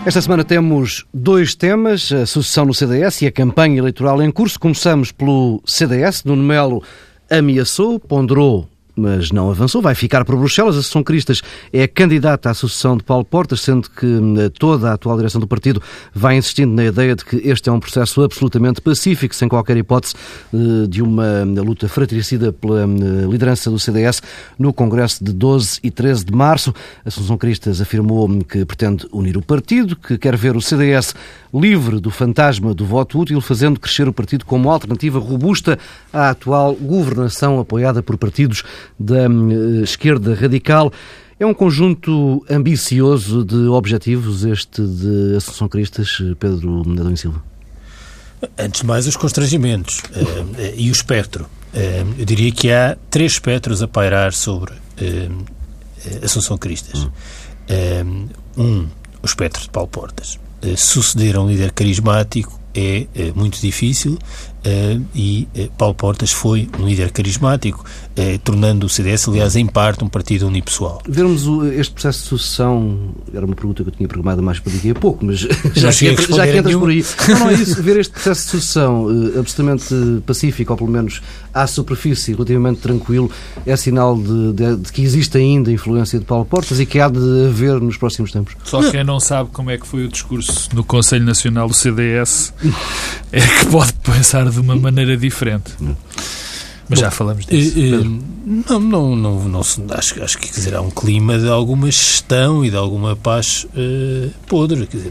Esta semana temos dois temas, a sucessão no CDS e a campanha eleitoral em curso. Começamos pelo CDS. Nuno Melo ameaçou, ponderou, mas não avançou. Vai ficar por Bruxelas. A Associação Cristas é candidata à sucessão de Paulo Portas, sendo que toda a atual direção do partido vai insistindo na ideia de que este é um processo absolutamente pacífico, sem qualquer hipótese de uma luta fratricida pela liderança do CDS no Congresso de 12 e 13 de março. A Associação Cristas afirmou que pretende unir o partido, que quer ver o CDS livre do fantasma do voto útil, fazendo crescer o partido como alternativa robusta à atual governação apoiada por partidos da esquerda radical. É um conjunto ambicioso de objetivos este de Associação Cristas, Pedro Adão e Silva? Antes de mais, os constrangimentos e o espectro. Eu diria que há três espectros a pairar sobre Associação Cristas. O espectro de Paulo Portas. Suceder a um líder carismático é muito difícil e Paulo Portas foi um líder carismático, tornando o CDS, aliás, em parte, um partido unipessoal. Vermos este processo de sucessão, era uma pergunta que eu tinha programado mais para daqui a pouco, mas já que entras por aí. Não é isso. Ver este processo de sucessão absolutamente pacífico, ou pelo menos à superfície, relativamente tranquilo, é sinal de que existe ainda influência de Paulo Portas e que há de haver nos próximos tempos. Só quem não sabe como é que foi o discurso no Conselho Nacional do CDS é que pode pensar de uma maneira diferente. Mas já falamos disso. Não acho que, quer dizer, há um clima de alguma gestão e de alguma paz podre. Quer dizer,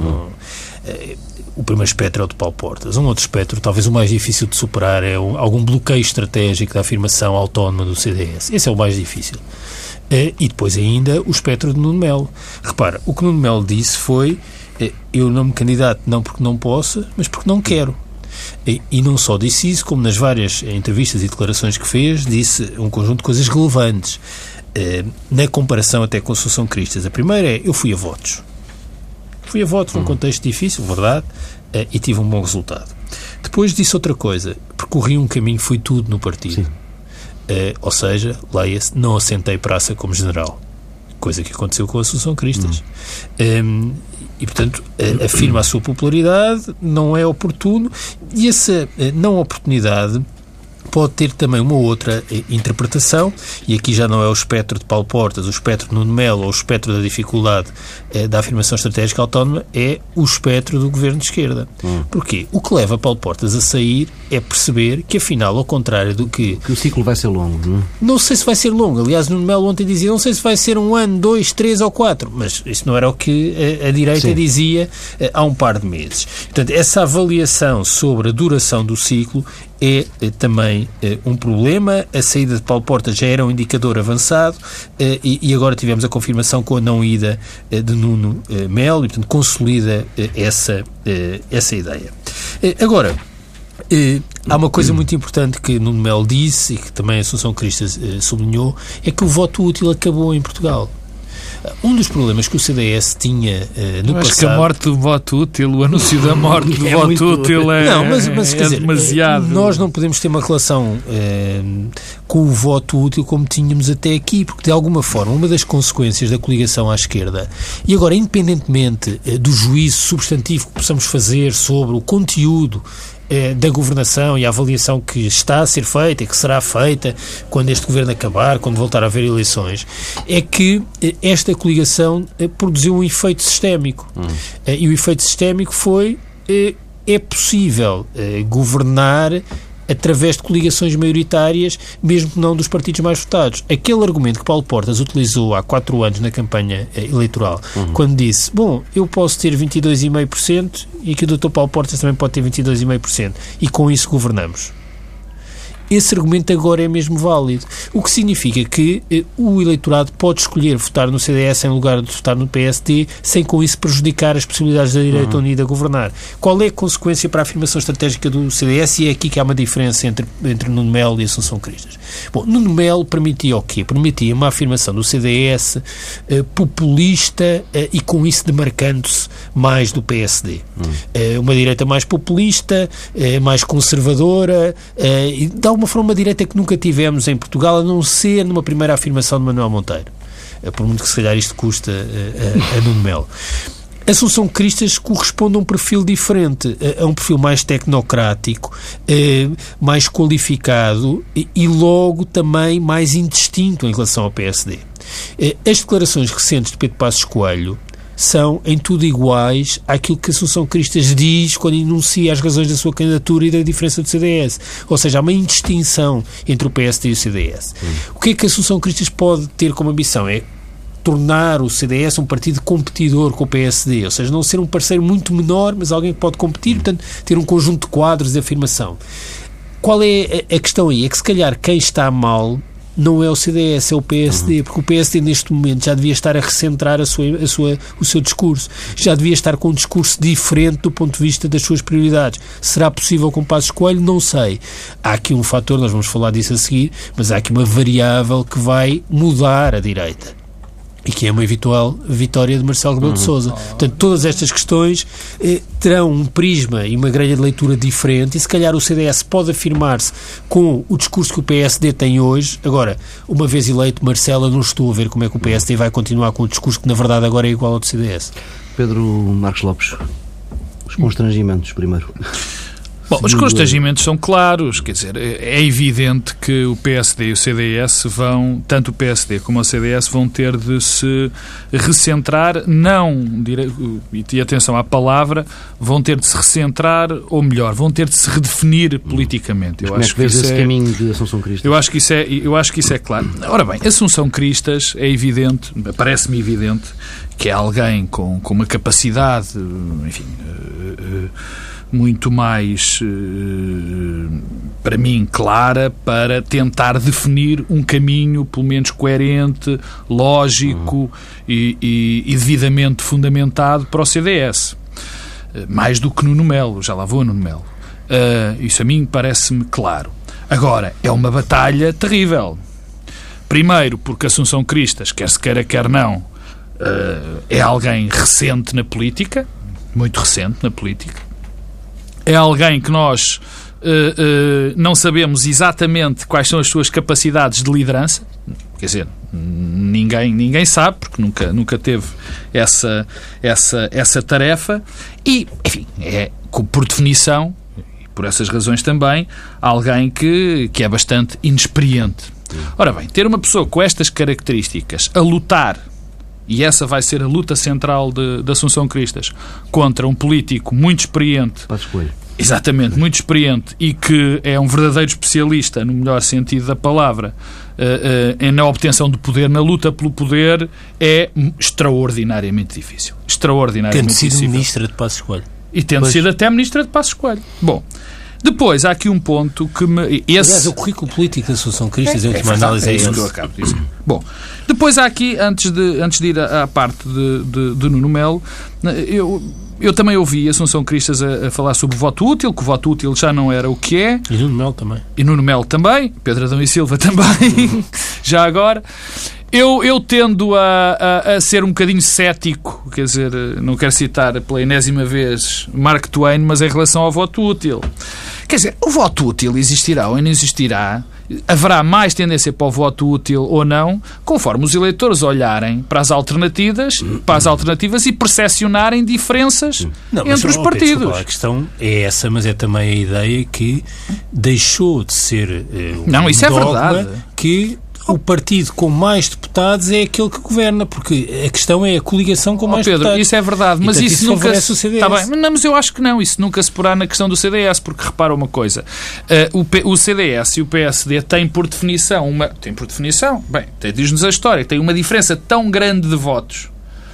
o primeiro espectro é o de Paulo Portas. Um outro espectro, talvez o mais difícil de superar, é algum bloqueio estratégico da afirmação autónoma do CDS. Esse é o mais difícil. E depois ainda o espectro de Nuno Melo. Repara, o que Nuno Melo disse foi: eu não me candidato não porque não possa, mas porque não quero. E não só disse isso, como nas várias entrevistas e declarações que fez, disse um conjunto de coisas relevantes na comparação até com a Associação Cristas. A primeira é: eu fui a votos. Fui a votos num contexto difícil, verdade, e tive um bom resultado. Depois disse outra coisa: percorri um caminho, fui tudo no partido. Ou seja, leia-se, não assentei praça como general. Coisa que aconteceu com a Associação Cristas. E, portanto, afirma a sua popularidade, não é oportuno, e essa não oportunidade pode ter também uma outra interpretação, e aqui já não é o espectro de Paulo Portas, o espectro de Nuno Melo ou o espectro da dificuldade da afirmação estratégica autónoma, é o espectro do governo de esquerda. Porquê? O que leva Paulo Portas a sair é perceber que, afinal, ao contrário do que o ciclo vai ser longo, não é? Não sei se vai ser longo. Aliás, Nuno Melo ontem dizia: não sei se vai ser 1 ano, 2, 3 ou 4, mas isso não era o que a direita dizia há um par de meses. Portanto, essa avaliação sobre a duração do ciclo é também um problema. A saída de Paulo Portas já era um indicador avançado e agora tivemos a confirmação com a não ida de Nuno Melo e, portanto, consolida essa ideia. Agora, há uma coisa muito importante que Nuno Melo disse e que também a Associação Cristas sublinhou, é que o voto útil acabou em Portugal. Um dos problemas que o CDS tinha no passado... Acho que a morte do voto útil, o anúncio da morte do voto útil mas quer dizer, demasiado... Nós não podemos ter uma relação com o voto útil como tínhamos até aqui, porque de alguma forma uma das consequências da coligação à esquerda, e agora independentemente do juízo substantivo que possamos fazer sobre o conteúdo da governação e a avaliação que está a ser feita e que será feita quando este governo acabar, quando voltar a haver eleições, é que esta coligação produziu um efeito sistémico. E o efeito sistémico foi: é possível governar através de coligações maioritárias, mesmo que não dos partidos mais votados. Aquele argumento que Paulo Portas utilizou há 4 anos na campanha eleitoral, quando disse: bom, eu posso ter 22,5% e que o Dr. Paulo Portas também pode ter 22,5%, e com isso governamos. Esse argumento agora é mesmo válido, o que significa que o eleitorado pode escolher votar no CDS em lugar de votar no PSD, sem com isso prejudicar as possibilidades da direita unida a governar. Qual é a consequência para a afirmação estratégica do CDS? E é aqui que há uma diferença entre Nuno Melo e a Associação Cristas. Bom, Nuno Melo permitia o quê? Permitia uma afirmação do CDS populista e com isso demarcando-se mais do PSD. Uma direita mais populista, mais conservadora, e de alguma forma uma direita que nunca tivemos em Portugal, a não ser numa primeira afirmação de Manuel Monteiro. Por muito que se calhar isto custa a Nuno Melo. Assunção Cristas corresponde a um perfil diferente, a um perfil mais tecnocrático, mais qualificado e logo também mais indistinto em relação ao PSD. As declarações recentes de Pedro Passos Coelho são em tudo iguais àquilo que Assunção Cristas diz quando enuncia as razões da sua candidatura e da diferença do CDS. Ou seja, há uma indistinção entre o PSD e o CDS. O que é que Assunção Cristas pode ter como ambição? É tornar o CDS um partido competidor com o PSD, ou seja, não ser um parceiro muito menor, mas alguém que pode competir, portanto, ter um conjunto de quadros de afirmação. Qual é a questão aí? É que se calhar quem está mal não é o CDS, é o PSD, porque o PSD neste momento já devia estar a recentrar o seu discurso, já devia estar com um discurso diferente do ponto de vista das suas prioridades. Será possível com Passos Coelho? Não sei. Há aqui um fator, nós vamos falar disso a seguir, mas há aqui uma variável que vai mudar a direita. E que é uma eventual vitória de Marcelo Rebelo de Sousa. Portanto, todas estas questões terão um prisma e uma grelha de leitura diferente e se calhar o CDS pode afirmar-se com o discurso que o PSD tem hoje. Agora, uma vez eleito Marcelo, eu não estou a ver como é que o PSD vai continuar com o discurso que na verdade agora é igual ao do CDS. Pedro Marcos Lopes, os constrangimentos primeiro. Bom, os constrangimentos são claros, quer dizer, é evidente que o PSD e o CDS vão, tanto o PSD como o CDS vão ter de se recentrar, e atenção à palavra, vão ter de se recentrar, ou melhor, vão ter de se redefinir politicamente. Eu acho que esse caminho de Assunção Cristas? Eu acho que isso é claro. Ora bem, Assunção Cristas é evidente, parece-me evidente, que é alguém com uma capacidade, enfim, muito mais, para mim, clara para tentar definir um caminho, pelo menos coerente, lógico e devidamente fundamentado para o CDS. Mais do que Nuno Melo, já lá vou Nuno Melo. Isso a mim parece-me claro. Agora, é uma batalha terrível. Primeiro, porque Assunção Cristas, quer se queira, quer não, é alguém recente na política, muito recente na política. É alguém que nós não sabemos exatamente quais são as suas capacidades de liderança. Quer dizer, ninguém sabe, porque nunca teve essa tarefa. E, enfim, é, por definição, e por essas razões também, alguém que é bastante inexperiente. Ora bem, ter uma pessoa com estas características a lutar, e essa vai ser a luta central de Assunção Cristas, contra um político muito experiente. Passos Coelho. Exatamente, muito experiente e que é um verdadeiro especialista, no melhor sentido da palavra, na obtenção do poder, na luta pelo poder, é extraordinariamente difícil. Extraordinariamente difícil. Tendo sido ministra de Passos Coelho. E tendo sido até ministra de Passos Coelho. Bom, depois há aqui um ponto que me... Aliás, o currículo político da Assunção Cristas, em última análise, é isso que eu acabo de dizer. Bom, depois há aqui, antes de ir à parte de Nuno Melo, eu também ouvi Assunção Cristas a falar sobre o voto útil, que o voto útil já não era o que é. E Nuno Melo também. E Nuno Melo também, Pedro Adão e Silva também, já agora. Eu tendo a ser um bocadinho cético, quer dizer, não quero citar pela enésima vez Mark Twain, mas em relação ao voto útil. Quer dizer, o voto útil existirá ou não existirá, haverá mais tendência para o voto útil ou não, conforme os eleitores olharem para as alternativas e percepcionarem diferenças entre os partidos. Desculpa, a questão é essa, mas é também a ideia que deixou de ser isso é verdade. Que o partido com mais deputados é aquele que governa, porque a questão é a coligação com mais Pedro, deputados. Isso é verdade, mas e, isso nunca... o CDS. Tá bem, mas eu acho que não, isso nunca se porá na questão do CDS, porque repara uma coisa, o CDS e o PSD têm por definição, diz-nos a história, tem uma diferença tão grande de votos,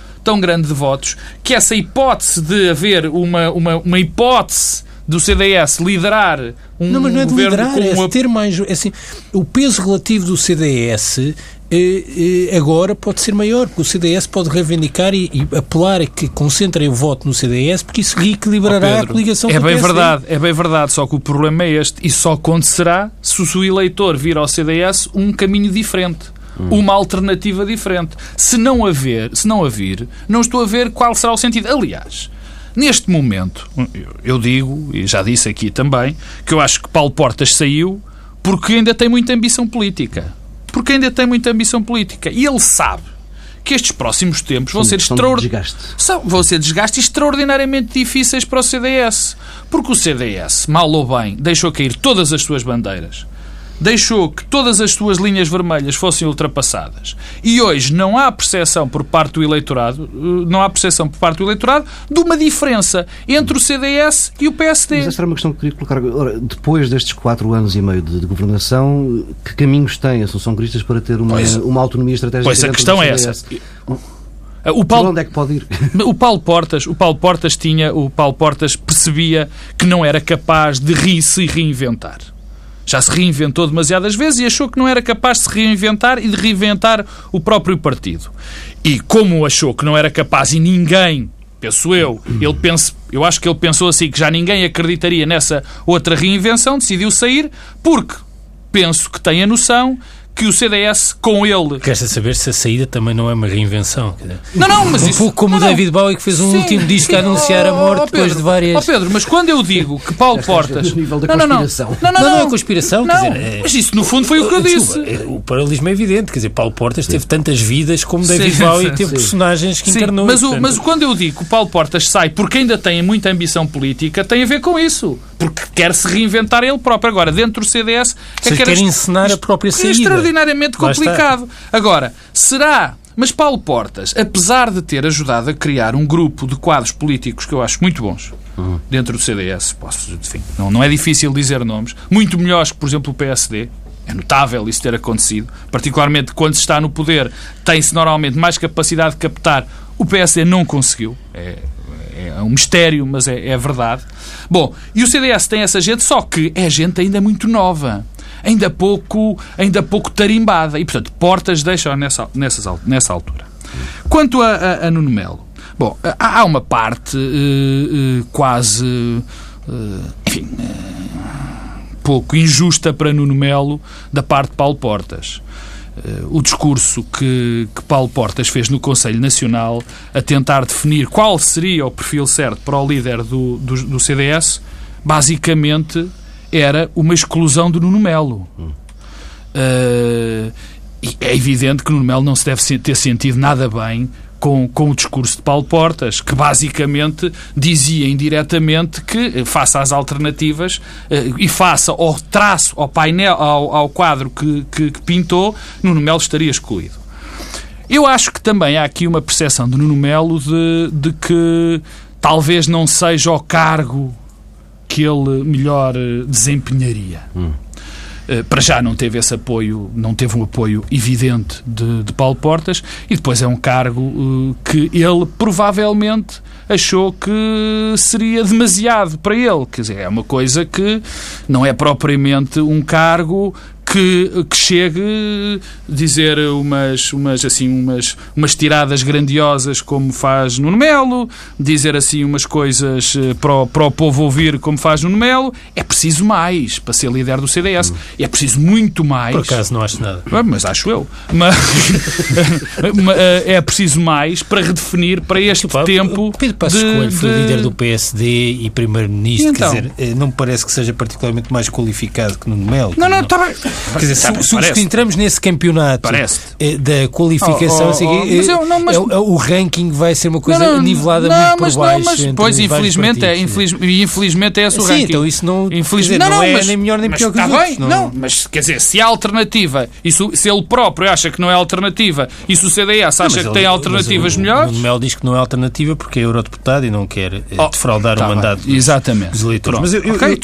que essa hipótese de haver uma hipótese do CDS liderar um não, mas não é de governo liderar, com é ter mais... Assim, o peso relativo do CDS agora pode ser maior, porque o CDS pode reivindicar e apelar a que concentrem o voto no CDS, porque isso reequilibrará a coligação com o PSD. É bem verdade, só que o problema é este, e só acontecerá se o eleitor vir ao CDS um caminho diferente. Uma alternativa diferente. Se não vir, não estou a ver qual será o sentido. Aliás, neste momento, eu digo, e já disse aqui também, que eu acho que Paulo Portas saiu porque ainda tem muita ambição política. E ele sabe que estes próximos tempos vão ser desgaste extraordinariamente difíceis para o CDS. Porque o CDS, mal ou bem, deixou cair todas as suas bandeiras. Deixou que todas as suas linhas vermelhas fossem ultrapassadas. E hoje não há percepção por parte do eleitorado, de uma diferença entre o CDS e o PSD. Mas esta era uma questão que queria colocar. Ora, depois destes 4 anos e meio de governação, que caminhos tem a Assunção Cristas para ter uma autonomia estratégica? Pois a questão é essa. Onde é que pode ir? O Paulo Portas percebia que não era capaz de se reinventar. Já se reinventou demasiadas vezes e achou que não era capaz de se reinventar e de reinventar o próprio partido. E como achou que não era capaz e ninguém, penso eu, eu acho que ele pensou assim, que já ninguém acreditaria nessa outra reinvenção, decidiu sair porque penso que tem a noção que o CDS, com ele... Queres saber se a saída também não é uma reinvenção? Não, mas isso... pouco como o David Bowie, que fez um último disco a anunciar a morte depois de várias... Pedro, mas quando eu digo que Paulo Portas... nível da conspiração. Não é conspiração, quer dizer... Mas isso, no fundo, foi o que eu disse. O paralelismo é evidente, quer dizer, Paulo Portas teve tantas vidas como David Bowie teve personagens que encarnou. Mas quando eu digo que o Paulo Portas sai porque ainda tem muita ambição política, tem a ver com isso. Porque quer se reinventar ele próprio. Agora, dentro do CDS... quer encenar a própria saída. É extraordinariamente complicado. Agora, será... Mas Paulo Portas, apesar de ter ajudado a criar um grupo de quadros políticos que eu acho muito bons dentro do CDS, não é difícil dizer nomes, muito melhores que, por exemplo, o PSD, é notável isso ter acontecido, particularmente quando se está no poder, tem-se normalmente mais capacidade de captar, o PSD não conseguiu, é um mistério, mas é verdade. Bom, e o CDS tem essa gente, só que é gente ainda muito nova, ainda pouco tarimbada, e portanto Portas deixa nessa altura. Quanto a Nuno Melo, bom, há uma parte quase pouco injusta para Nuno Melo da parte de Paulo Portas. O discurso que Paulo Portas fez no Conselho Nacional a tentar definir qual seria o perfil certo para o líder do CDS, basicamente era uma exclusão de Nuno Melo. E é evidente que Nuno Melo não se deve ter sentido nada bem com o discurso de Paulo Portas, que basicamente dizia indiretamente que, face às alternativas e face ao traço, ao painel, ao quadro que pintou, Nuno Melo estaria excluído. Eu acho que também há aqui uma percepção de Nuno Melo de que talvez não seja o cargo que ele melhor desempenharia. Para já não teve esse apoio, não teve um apoio evidente de Paulo Portas, e depois é um cargo que ele provavelmente achou que seria demasiado para ele. Quer dizer, é uma coisa que não é propriamente um cargo que chegue a dizer umas tiradas grandiosas como faz Nuno Melo, dizer assim umas coisas para o povo ouvir como faz Nuno Melo. É preciso mais para ser líder do CDS. É preciso muito mais. Por acaso não acho nada. Mas acho eu. É preciso mais para redefinir para este tempo. Pedro Passos Coelho foi líder do PSD e primeiro-ministro. Então, quer dizer, não me parece que seja particularmente mais qualificado que Nuno Melo. Não, está bem. Quer dizer, se entramos nesse campeonato da qualificação, o ranking vai ser uma coisa nivelada muito por baixo. Pois, infelizmente é esse o ranking. Então isso não é nem melhor nem pior que os outros. Mas quer dizer, se há alternativa, se ele próprio acha que não é alternativa, e se o CDS acha que tem alternativas melhores... O Nuno Melo diz que não é alternativa porque é eurodeputado e não quer defraudar o mandato dos eleitores. Mas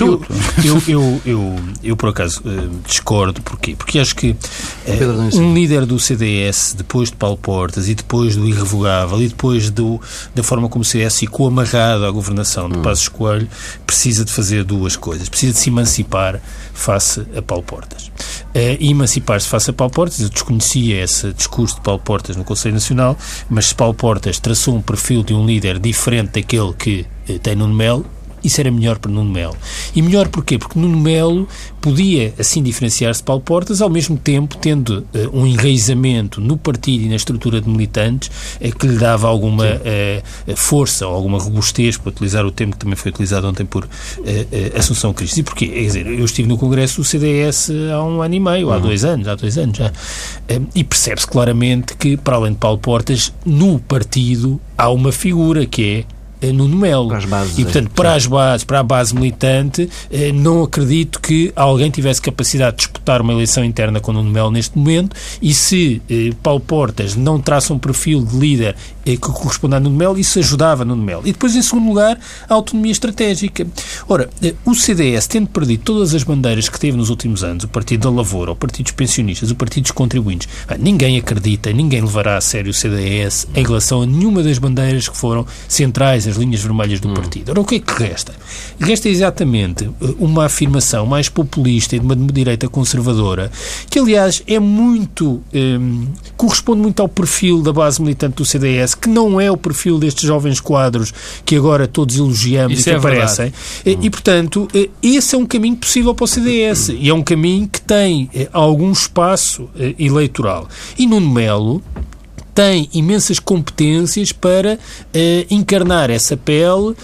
eu por acaso discordo. Porquê? Porque acho que um líder do CDS, depois de Paulo Portas e depois do irrevogável e depois da forma como o CDS ficou amarrado à governação de Passos Coelho, precisa de fazer duas coisas. Precisa de se emancipar face a Paulo Portas. E emancipar-se face a Paulo Portas, eu desconhecia esse discurso de Paulo Portas no Conselho Nacional, mas se Paulo Portas traçou um perfil de um líder diferente daquele que tem Nuno Melo, isso era melhor para Nuno Melo. E melhor porquê? Porque Nuno Melo podia, assim, diferenciar-se de Paulo Portas, ao mesmo tempo tendo um enraizamento no partido e na estrutura de militantes que lhe dava alguma força ou alguma robustez, para utilizar o termo que também foi utilizado ontem por Assunção Cristas. E porquê? Quer dizer, eu estive no Congresso do CDS há 1 ano e meio, há 2 anos já, e percebe-se claramente que, para além de Paulo Portas, no partido há uma figura que é Nuno Melo. E, portanto, para a base militante, não acredito que alguém tivesse capacidade de disputar uma eleição interna com Nuno Melo neste momento, e se Paulo Portas não traça um perfil de líder que corresponda a Nuno Melo, isso ajudava Nuno Melo. E depois, em segundo lugar, a autonomia estratégica. Ora, o CDS, tendo perdido todas as bandeiras que teve nos últimos anos, o Partido da Lavoura, o Partido dos Pensionistas, o Partido dos Contribuintes, ninguém acredita, ninguém levará a sério o CDS em relação a nenhuma das bandeiras que foram centrais, as linhas vermelhas do partido. Ora, o que é que resta? Resta exatamente uma afirmação mais populista e de uma direita conservadora, que, aliás, é muito corresponde muito ao perfil da base militante do CDS, que não é o perfil destes jovens quadros que agora todos elogiamos e que aparecem. E, portanto, esse é um caminho possível para o CDS, e é um caminho que tem algum espaço eleitoral. E Nuno Melo tem imensas competências para encarnar essa pele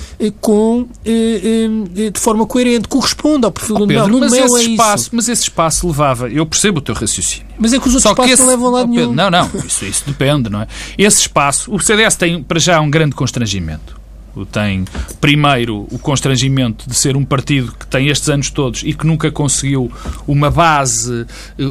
de forma coerente. Corresponde ao perfil do Nuno Melo. Mas esse espaço levava... Eu percebo o teu raciocínio. Mas é que os outros espaços não levam lá nenhum. Não, isso depende, não é? Esse espaço... O CDS tem, para já, um grande constrangimento. Tem, primeiro, o constrangimento de ser um partido que tem estes anos todos e que nunca conseguiu uma base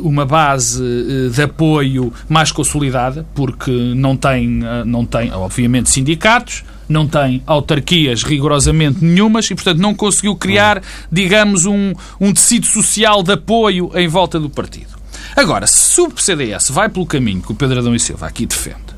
de apoio mais consolidada, porque não tem, obviamente, sindicatos, não tem autarquias rigorosamente nenhumas e, portanto, não conseguiu criar, digamos, um tecido social de apoio em volta do partido. Agora, se o CDS vai pelo caminho que o Pedro Adão e Silva aqui defende,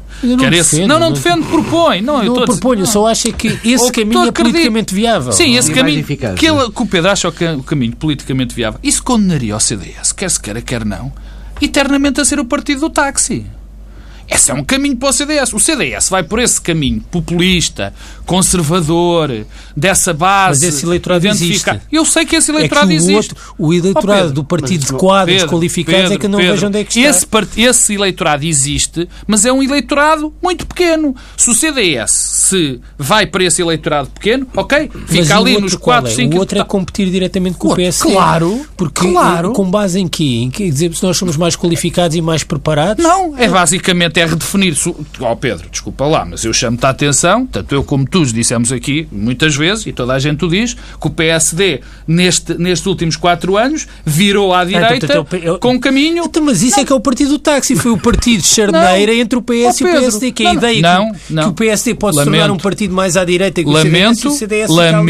não defende, propõe. Não proponho, só acho que esse caminho é politicamente viável. Sim, esse caminho que o Pedro acha o caminho politicamente viável. Isso condenaria ao CDS, quer se queira, quer não, eternamente a ser o partido do táxi. Esse é um caminho para o CDS. O CDS vai por esse caminho populista, conservador, dessa base... Mas esse eleitorado existe. Eu sei que esse eleitorado existe. O eleitorado do partido de quadros qualificados é que não vejo onde é que está. Esse eleitorado existe, mas é um eleitorado muito pequeno. Se o CDS vai para esse eleitorado pequeno, ok, fica ali nos 4, 5... O outro é competir diretamente com o PSD. Claro. Com base em quê? Em que dizer se nós somos mais qualificados e mais preparados? Não, é basicamente redefinir... Pedro, desculpa lá, mas eu chamo-te a atenção, tanto eu como tu dissemos aqui muitas vezes, e toda a gente o diz, que o PSD nestes últimos 4 anos virou à direita com um caminho... Mas isso é que é o partido do táxi, foi o partido de charneira entre o PS e o PSD, que é a ideia que o PSD pode se tornar um partido mais à direita que o CDS.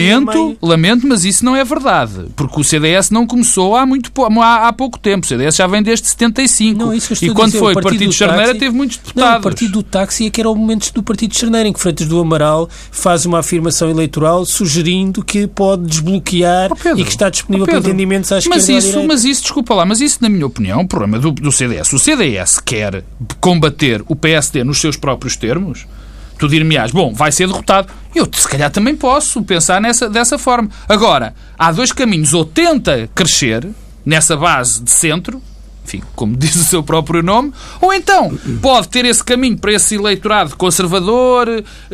Lamento, mas isso não é verdade, porque o CDS não começou há pouco tempo, o CDS já vem desde 75, não, isso que eu e quando foi o partido de charneira teve muitos deputados. Não, o partido do táxi é que era o momento do partido de charneira, em que Freitas do Amaral faz uma afirmação eleitoral sugerindo que pode desbloquear e que está disponível para entendimentos à esquerda e à direita. Mas isso, desculpa lá, mas isso, na minha opinião, é um problema do CDS. O CDS quer combater o PSD nos seus próprios termos. Tu dir-me-ás, bom, vai ser derrotado. Eu, se calhar, também posso pensar dessa forma. Agora, há 2 caminhos. Ou tenta crescer nessa base de centro, enfim, como diz o seu próprio nome, ou então pode ter esse caminho para esse eleitorado conservador,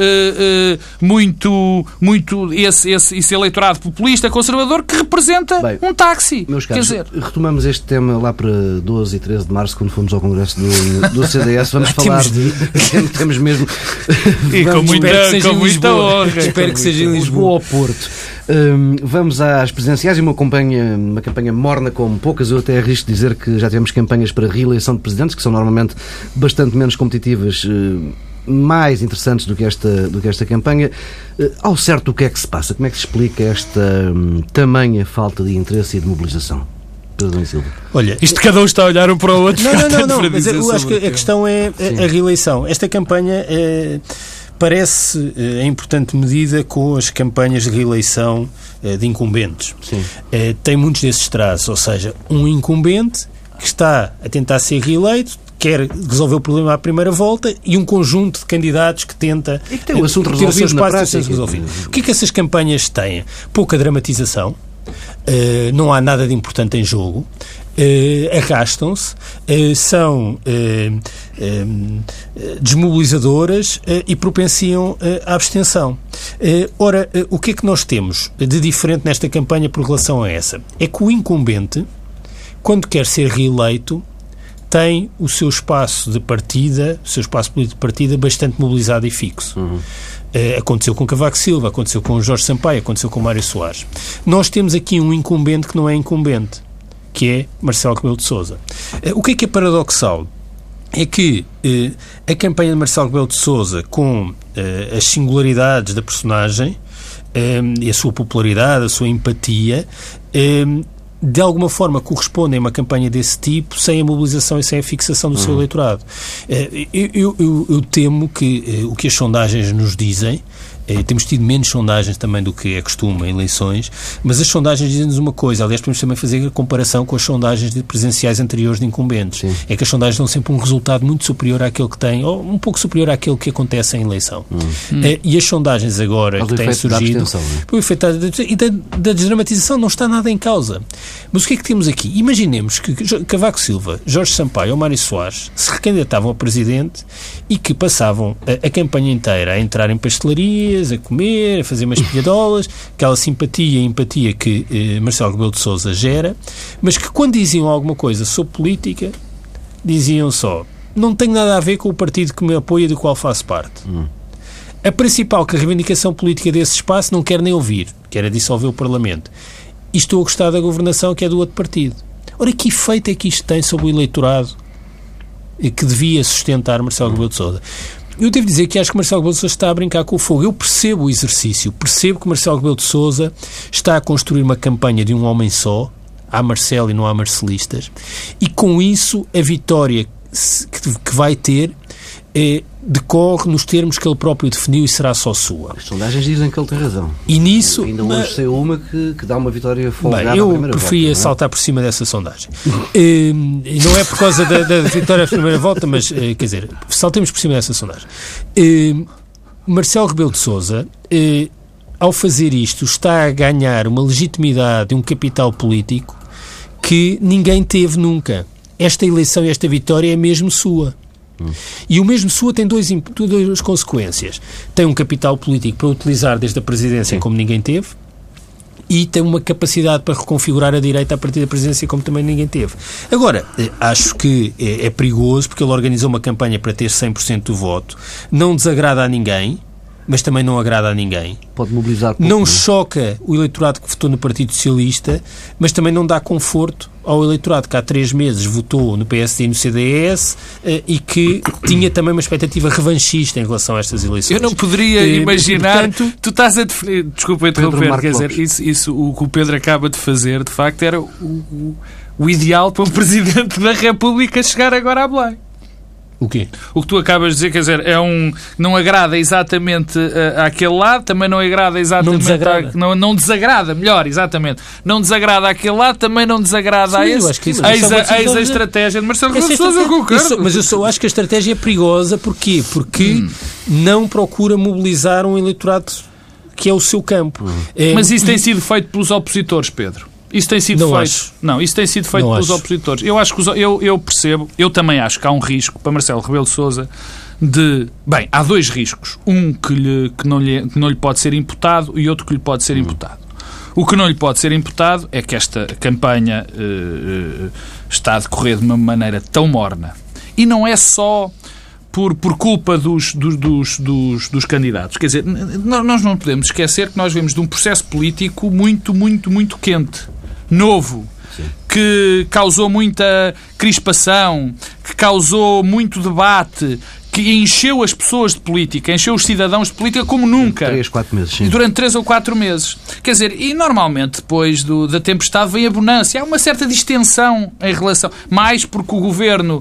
esse eleitorado populista conservador que representa um táxi. Meus caros, retomamos este tema lá para 12 e 13 de março, quando fomos ao Congresso do CDS. Vamos falar temos mesmo... E com muita honra. Espero que seja em Lisboa ou Porto. Vamos às presidenciais e uma campanha morna como poucas. Eu até arrisco dizer que já tivemos campanhas para reeleição de presidentes, que são normalmente bastante menos competitivas, mais interessantes do que esta campanha. Ao certo, o que é que se passa? Como é que se explica esta tamanha falta de interesse e de mobilização? Pedro Silva. Olha, isto cada um está a olhar um para o outro. Não, mas eu acho que a questão é a reeleição. Esta campanha parece em importante medida com as campanhas de reeleição de incumbentes. Tem muitos desses traços, ou seja, um incumbente que está a tentar ser reeleito, quer resolver o problema à primeira volta, e um conjunto de candidatos que tenta e que tem o assunto ter o seu resolvido na espaço prática. resolvido. O que é que essas campanhas têm? Pouca dramatização, não há nada de importante em jogo, arrastam-se, são desmobilizadoras e propenciam à abstenção. Ora, o que é que nós temos de diferente nesta campanha por relação a essa? É que o incumbente, quando quer ser reeleito, tem o seu espaço de partida, o seu espaço político de partida bastante mobilizado e fixo. Aconteceu com Cavaco Silva, aconteceu com Jorge Sampaio, aconteceu com Mário Soares. Nós temos aqui um incumbente que não é incumbente, que é Marcelo Rebelo de Sousa. O que é paradoxal? É que a campanha de Marcelo Rebelo de Sousa, com as singularidades da personagem e a sua popularidade, a sua empatia, de alguma forma correspondem a uma campanha desse tipo sem a mobilização e sem a fixação do seu eleitorado. Eu temo que o que as sondagens nos dizem, temos tido menos sondagens também do que é costume em eleições, mas as sondagens dizem-nos uma coisa, aliás podemos também fazer a comparação com as sondagens presidenciais anteriores de incumbentes. Sim. É que as sondagens dão sempre um resultado muito superior àquele que tem, ou um pouco superior àquele que acontece em eleição. E as sondagens agora que têm surgido, o efeito e da desdramatização não está nada em causa. Mas o que é que temos aqui? Imaginemos que Cavaco Silva, Jorge Sampaio ou Mário Soares se recandidatavam a presidente e que passavam a campanha inteira a entrar em pastelarias, a comer, a fazer umas piadolas, aquela simpatia e empatia que Marcelo Rebelo de Sousa gera, mas que quando diziam alguma coisa sobre política, diziam só: não tenho nada a ver com o partido que me apoia e do qual faço parte. A principal reivindicação política desse espaço não quer nem ouvir, que era dissolver o Parlamento. E estou a gostar da governação, que é do outro partido. Ora, que efeito é que isto tem sobre o eleitorado que devia sustentar Marcelo Rebelo de Sousa? Eu devo dizer que acho que Marcelo Rebelo de Sousa está a brincar com o fogo. Eu percebo o exercício, percebo que Marcelo Rebelo de Sousa está a construir uma campanha de um homem só, há Marcelo e não há marcelistas, e com isso a vitória que vai ter decorre nos termos que ele próprio definiu e será só sua. As sondagens dizem que ele tem razão. E nisso... Ainda hoje saiu uma que dá uma vitória folgada. Eu preferia saltar por cima dessa sondagem. Não é por causa da vitória da primeira volta, mas, quer dizer, saltemos por cima dessa sondagem. Marcelo Rebelo de Sousa, ao fazer isto, está a ganhar uma legitimidade e um capital político que ninguém teve nunca. Esta eleição e esta vitória é mesmo sua. E o mesmo sua tem duas consequências. Tem um capital político para utilizar desde a presidência como ninguém teve, e tem uma capacidade para reconfigurar a direita a partir da presidência como também ninguém teve. Agora, acho que é perigoso porque ele organizou uma campanha para ter 100% do voto, não desagrada a ninguém, mas também não agrada a ninguém. Pode mobilizar pouco, não choca o eleitorado que votou no Partido Socialista, mas também não dá conforto ao eleitorado que há 3 meses votou no PSD e no CDS e que tinha também uma expectativa revanchista em relação a estas eleições. Eu não poderia imaginar... Portanto, tu estás a definir... Desculpa interromper, quer dizer, isso o que o Pedro acaba de fazer, de facto, era o ideal para o Presidente da República chegar agora a Belém. O quê? O que tu acabas de dizer, quer dizer, não agrada exatamente àquele lado, também não agrada exatamente... Não desagrada. Não desagrada, melhor, exatamente. Não desagrada àquele lado, também não desagrada a esse. Eis a estratégia de Marcelo Rebelo de Sousa, eu concordo. Mas eu só acho que a estratégia é perigosa. Porquê? Porque não procura mobilizar um eleitorado que é o seu campo. Mas isso tem sido feito pelos opositores, Pedro. Isso tem sido feito. Não, isso tem sido feito pelos opositores. Eu acho que eu percebo, eu também acho que há um risco para Marcelo Rebelo de Sousa de... Bem, há 2 riscos. Um que não lhe pode ser imputado e outro que lhe pode ser imputado. O que não lhe pode ser imputado é que esta campanha está a decorrer de uma maneira tão morna. E não é só por culpa dos candidatos. Quer dizer, nós não podemos esquecer que nós vemos de um processo político muito, muito, muito quente. Novo, que causou muita crispação, que causou muito debate, que encheu as pessoas de política, encheu os cidadãos de política como nunca. 3, 4 meses, sim. Durante 3 ou 4 meses. Quer dizer, e normalmente depois da tempestade vem a bonança. Há uma certa distensão em relação... Mais porque o governo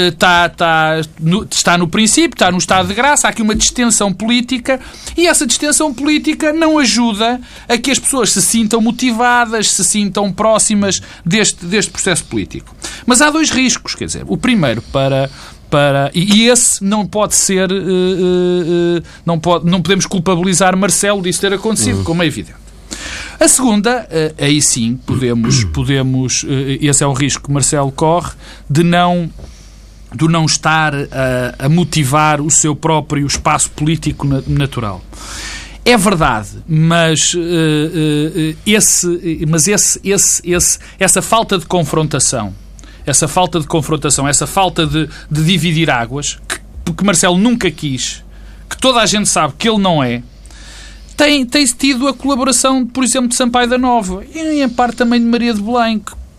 está no princípio, está no estado de graça, há aqui uma distensão política e essa distensão política não ajuda a que as pessoas se sintam motivadas, se sintam próximas deste processo político. Mas há 2 riscos, quer dizer, o primeiro e esse não pode ser, não podemos culpabilizar Marcelo disso ter acontecido, como é evidente. A segunda, aí sim, podemos esse é um risco que Marcelo corre, de não estar a motivar o seu próprio espaço político natural. É verdade, mas essa falta de confrontação, essa falta de dividir águas, que Marcelo nunca quis, que toda a gente sabe que ele não é, tem tido a colaboração, por exemplo, de Sampaio da Nova e, em parte, também de Maria de Belém,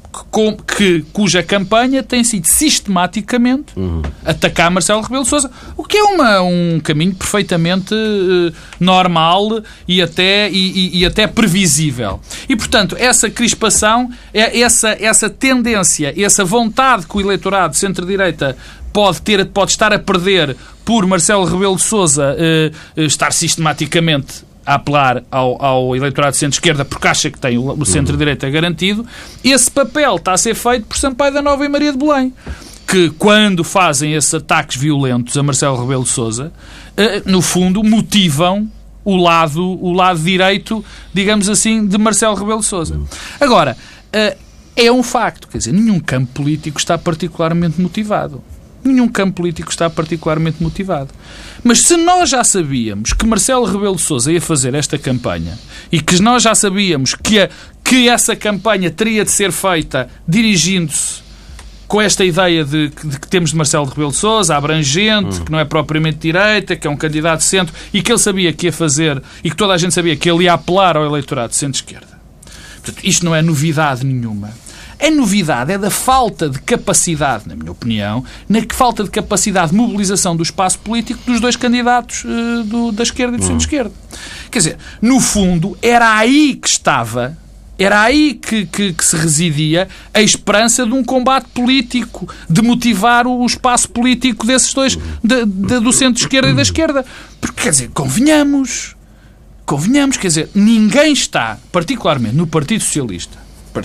cuja campanha tem sido sistematicamente atacar Marcelo Rebelo de Sousa, o que é um caminho perfeitamente normal e até previsível. E, portanto, essa crispação, essa tendência, essa vontade que o eleitorado de centro-direita pode estar a perder por Marcelo Rebelo de Sousa estar sistematicamente a apelar ao eleitorado de centro-esquerda porque acha que tem o centro-direita garantido, esse papel está a ser feito por Sampaio da Nova e Maria de Belém, que quando fazem esses ataques violentos a Marcelo Rebelo de Sousa, no fundo motivam o lado direito, digamos assim, de Marcelo Rebelo de Sousa. Agora, é um facto, quer dizer, nenhum campo político está particularmente motivado. Nenhum campo político está particularmente motivado. Mas se nós já sabíamos que Marcelo Rebelo de Sousa ia fazer esta campanha e que nós já sabíamos que essa campanha teria de ser feita dirigindo-se com esta ideia de que temos de Marcelo Rebelo de Sousa, abrangente, que não é propriamente direita, que é um candidato de centro, e que ele sabia que ia fazer, e que toda a gente sabia que ele ia apelar ao eleitorado de centro-esquerda. Portanto, isto não é novidade nenhuma. A novidade é da falta de capacidade, na minha opinião, falta de capacidade de mobilização do espaço político dos 2 candidatos da esquerda e do centro-esquerda. Quer dizer, no fundo, era aí que estava, era aí que se residia a esperança de um combate político, de motivar o espaço político desses 2, do centro-esquerda e da esquerda. Porque, quer dizer, convenhamos, quer dizer, ninguém está, particularmente no Partido Socialista,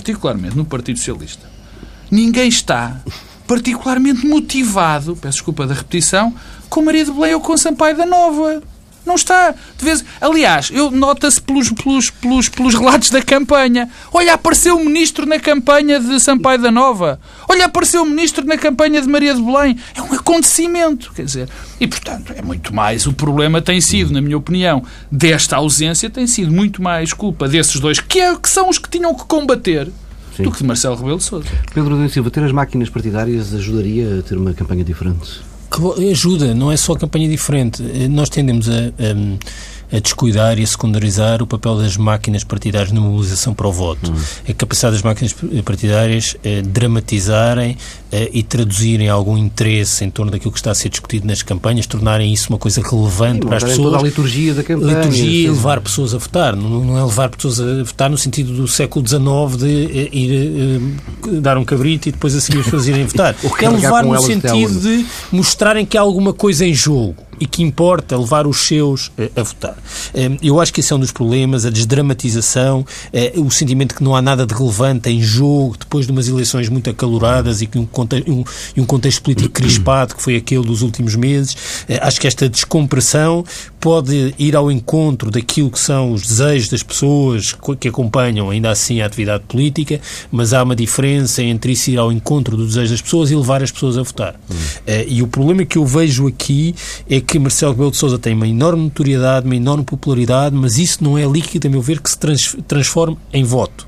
ninguém está particularmente motivado, peço desculpa da repetição, com Maria de Belém ou com Sampaio da Nova. Não está. De vez... Aliás, nota-se pelos relatos da campanha. Olha, apareceu o ministro na campanha de Sampaio da Nova. Olha, apareceu o ministro na campanha de Maria de Belém. É um acontecimento, quer dizer. E, portanto, é muito mais. O problema tem sido, na minha opinião, desta ausência, tem sido muito mais culpa desses 2, que são os que tinham que combater, sim, do que de Marcelo Rebelo de Sousa. Pedro Adão Silva, ter as máquinas partidárias ajudaria a ter uma campanha diferente? Ajuda, não é só campanha diferente. Nós tendemos a descuidar e a secundarizar o papel das máquinas partidárias na mobilização para o voto. A capacidade das máquinas partidárias dramatizarem e traduzirem algum interesse em torno daquilo que está a ser discutido nas campanhas, tornarem isso uma coisa relevante para as pessoas. Toda a liturgia da campanha. Liturgia e levar pessoas a votar. Não é levar pessoas a votar no sentido do século XIX de ir dar um cabrito e depois a seguir as pessoas irem votar. É levar no sentido de mostrarem que há alguma coisa em jogo e que importa levar os seus a votar. Eu acho que esse é um dos problemas, a desdramatização, o sentimento que não há nada de relevante em jogo depois de umas eleições muito acaloradas e que um contexto político crispado que foi aquele dos últimos meses. Acho que esta descompressão pode ir ao encontro daquilo que são os desejos das pessoas que acompanham ainda assim a atividade política, mas há uma diferença entre isso ir ao encontro do desejo das pessoas e levar as pessoas a votar. E o problema que eu vejo aqui é que Marcelo Rebelo de Sousa tem uma enorme notoriedade, uma enorme popularidade, mas isso não é líquido, a meu ver, que se transforme em voto.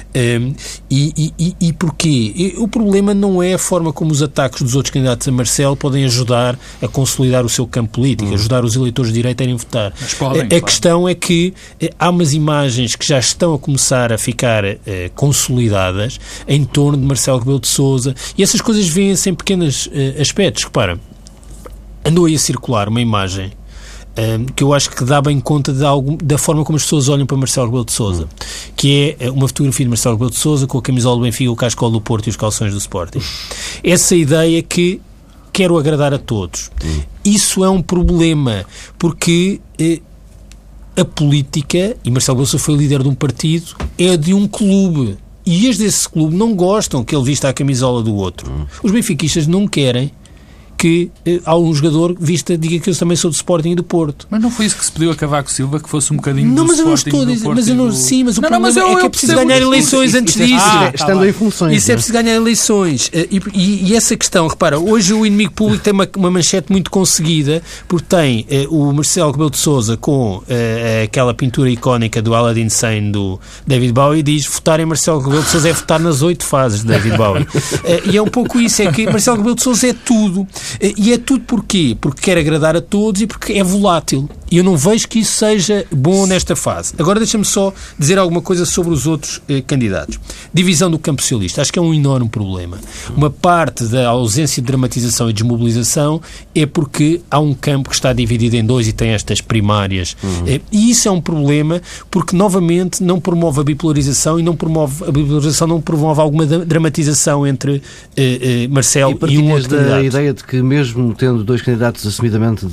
E porquê? O problema não é a forma como os ataques dos outros candidatos a Marcelo podem ajudar a consolidar o seu campo político, ajudar os eleitores de direita a irem votar. A questão é que há umas imagens que já estão a começar a ficar consolidadas em torno de Marcelo Rebelo de Sousa, e essas coisas vêm-se em pequenos aspectos. Repara, andou aí a circular uma imagem que eu acho que dá bem conta da forma como as pessoas olham para Marcelo Rebelo de Sousa, que é uma fotografia de Marcelo Rebelo de Sousa com a camisola do Benfica, o cascol do Porto e os calções do Sporting. Essa ideia que quero agradar a todos. Isso é um problema, porque a política, e Marcelo Rebelo de Sousa foi líder de um partido, é de um clube. E as desse clube não gostam que ele vista a camisola do outro. Os benfiquistas não querem que um jogador diga que eu também sou do Sporting e do Porto. Mas não foi isso que se pediu a Cavaco Silva, que fosse um bocadinho não, do mas Sporting, eu não estou a dizer, mas eu não, sim, mas o problema é que é preciso ganhar eleições antes disso. Estando em funções. Isso é preciso ganhar eleições. E essa questão, repara, hoje o inimigo público tem uma manchete muito conseguida, porque tem o Marcelo Rebelo de Sousa com aquela pintura icónica do Aladdin Sane do David Bowie, e diz: votar em Marcelo Rebelo de Sousa é votar nas 8 fases de David Bowie. E é um pouco isso, é que Marcelo Rebelo de Sousa é tudo. E é tudo porquê? Porque quer agradar a todos e porque é volátil. E eu não vejo que isso seja bom nesta fase. Agora deixa-me só dizer alguma coisa sobre os outros candidatos. Divisão do campo socialista. Acho que é um enorme problema. Uma parte da ausência de dramatização e desmobilização é porque há um campo que está dividido em dois e tem estas primárias. E isso é um problema porque, novamente, não promove a bipolarização, e a bipolarização não promove alguma dramatização entre Marcelo e um outro candidato. Da ideia de que, mesmo tendo dois candidatos assumidamente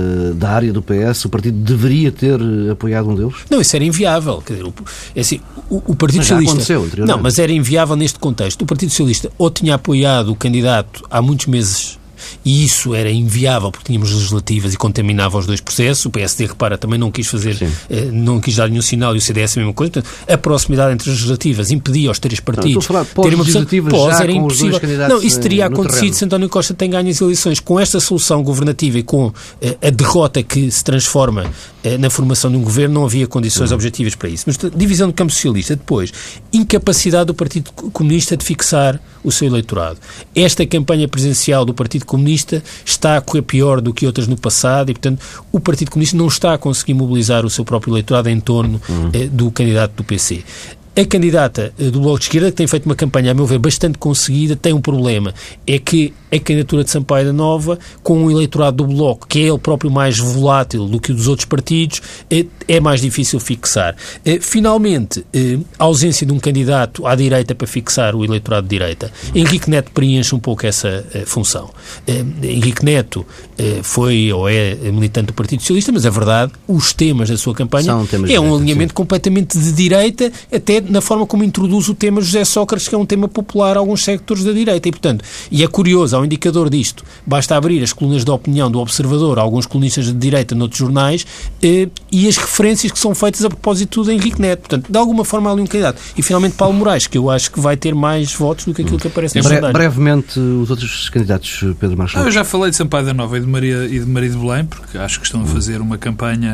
da área do PS, o partido deveria ter apoiado um deles? Não, isso era inviável. Quer dizer, é assim, o Partido Socialista... aconteceu anteriormente. Não, mas era inviável neste contexto. O Partido Socialista ou tinha apoiado o candidato há muitos meses, e isso era inviável porque tínhamos legislativas e contaminava os dois processos. O PSD, repara, também não quis fazer, não quis dar nenhum sinal, e o CDS a mesma coisa. Portanto, a proximidade entre as legislativas impedia aos três partidos terem uma posição. Era impossível. Não, isso teria acontecido se António Costa tem ganho as eleições. Com esta solução governativa e com a derrota que se transforma na formação de um governo, não havia condições objetivas para isso. Mas divisão do campo socialista. Depois, incapacidade do Partido Comunista de fixar o seu eleitorado. Esta campanha presidencial do Partido Comunista está a correr pior do que outras no passado, e, portanto, o Partido Comunista não está a conseguir mobilizar o seu próprio eleitorado em torno do candidato do PC. A candidata do Bloco de Esquerda, que tem feito uma campanha, a meu ver, bastante conseguida, tem um problema. É que a candidatura de Sampaio da Nova, com o eleitorado do Bloco, que é ele próprio mais volátil do que o dos outros partidos, é mais difícil fixar. Finalmente, a ausência de um candidato à direita para fixar o eleitorado de direita. Henrique Neto preenche um pouco essa função. Henrique Neto foi ou é militante do Partido Socialista, mas a verdade, os temas da sua campanha é um alinhamento completamente de direita, até na forma como introduz o tema José Sócrates, que é um tema popular a alguns sectores da direita. E, portanto, e é curioso, há um indicador disto. Basta abrir as colunas de opinião do Observador, alguns colunistas de direita noutros jornais, e as referências que são feitas a propósito de Henrique Neto. Portanto, de alguma forma há ali um candidato. E, finalmente, Paulo Moraes, que eu acho que vai ter mais votos do que aquilo que aparece na sondagem. Brevemente, os outros candidatos, Pedro Marcos Lopes. Eu já falei de Sampaio da Nova e de Maria de Belém, porque acho que estão a fazer uma campanha,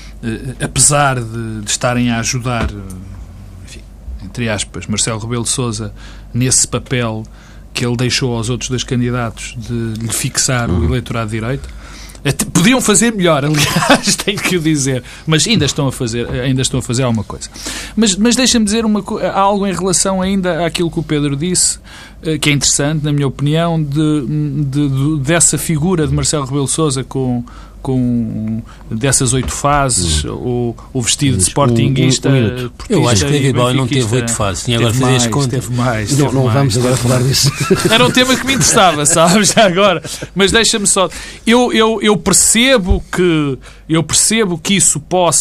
apesar de estarem a ajudar, enfim, entre aspas, Marcelo Rebelo de Sousa nesse papel que ele deixou aos outros dois candidatos de lhe fixar o eleitorado de direita. Podiam fazer melhor, aliás, tenho que o dizer, mas ainda estão a fazer alguma coisa. Mas deixa-me dizer algo em relação ainda àquilo que o Pedro disse, que é interessante, na minha opinião, dessa figura de Marcelo Rebelo de Sousa com dessas 8 fases, o vestido de sportinguista. Eu acho que David Bowie não teve 8 fases, tinha agora fazer as contas. Teve mais. Não vamos agora falar disso. Era um tema que me interessava, sabes, já agora. Mas deixa-me só. Eu percebo que isso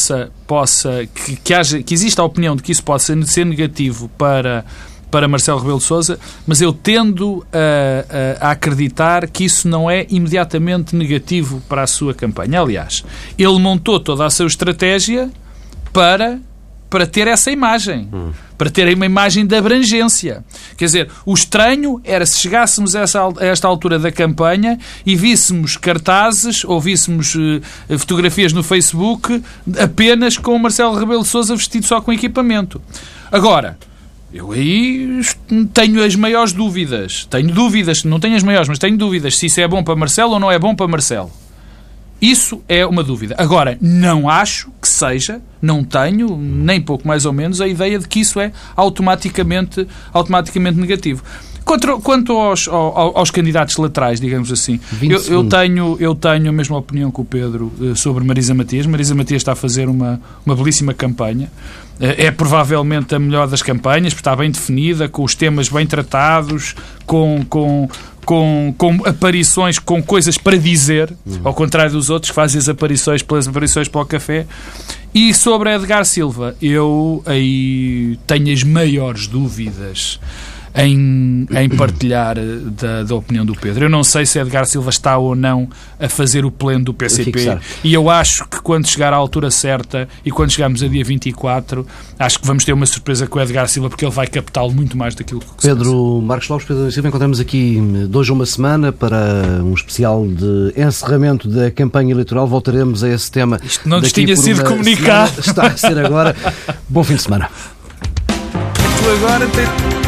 que exista a opinião de que isso possa ser negativo para Marcelo Rebelo de Sousa, mas eu tendo a acreditar que isso não é imediatamente negativo para a sua campanha. Aliás, ele montou toda a sua estratégia para ter essa imagem, para ter uma imagem de abrangência. Quer dizer, o estranho era se chegássemos a esta altura da campanha e víssemos cartazes ou víssemos fotografias no Facebook apenas com o Marcelo Rebelo de Sousa vestido só com equipamento. Agora, eu aí tenho as maiores dúvidas. Tenho dúvidas, não tenho as maiores, mas tenho dúvidas se isso é bom para Marcelo ou não é bom para Marcelo. Isso é uma dúvida. Agora, não acho que seja, não tenho, nem pouco mais ou menos, a ideia de que isso é automaticamente negativo. Quanto aos candidatos laterais, digamos assim, eu tenho a mesma opinião que o Pedro sobre Marisa Matias. Marisa Matias está a fazer uma belíssima campanha. É provavelmente a melhor das campanhas, porque está bem definida, com os temas bem tratados, com aparições, com coisas para dizer, ao contrário dos outros que fazem as aparições para o café. E sobre Edgar Silva, eu aí tenho as maiores dúvidas em partilhar da opinião do Pedro. Eu não sei se Edgar Silva está ou não a fazer o pleno do PCP, e eu acho que quando chegar à altura certa e quando chegarmos a dia 24, acho que vamos ter uma surpresa com o Edgar Silva, porque ele vai captá-lo muito mais daquilo que Pedro Marcos Lopes, Pedro Silva, encontramos aqui 2 a uma semana para um especial de encerramento da campanha eleitoral. Voltaremos a esse tema. Isto não nos tinha sido comunicado. Está a ser agora. Bom fim de semana. Tu agora tens...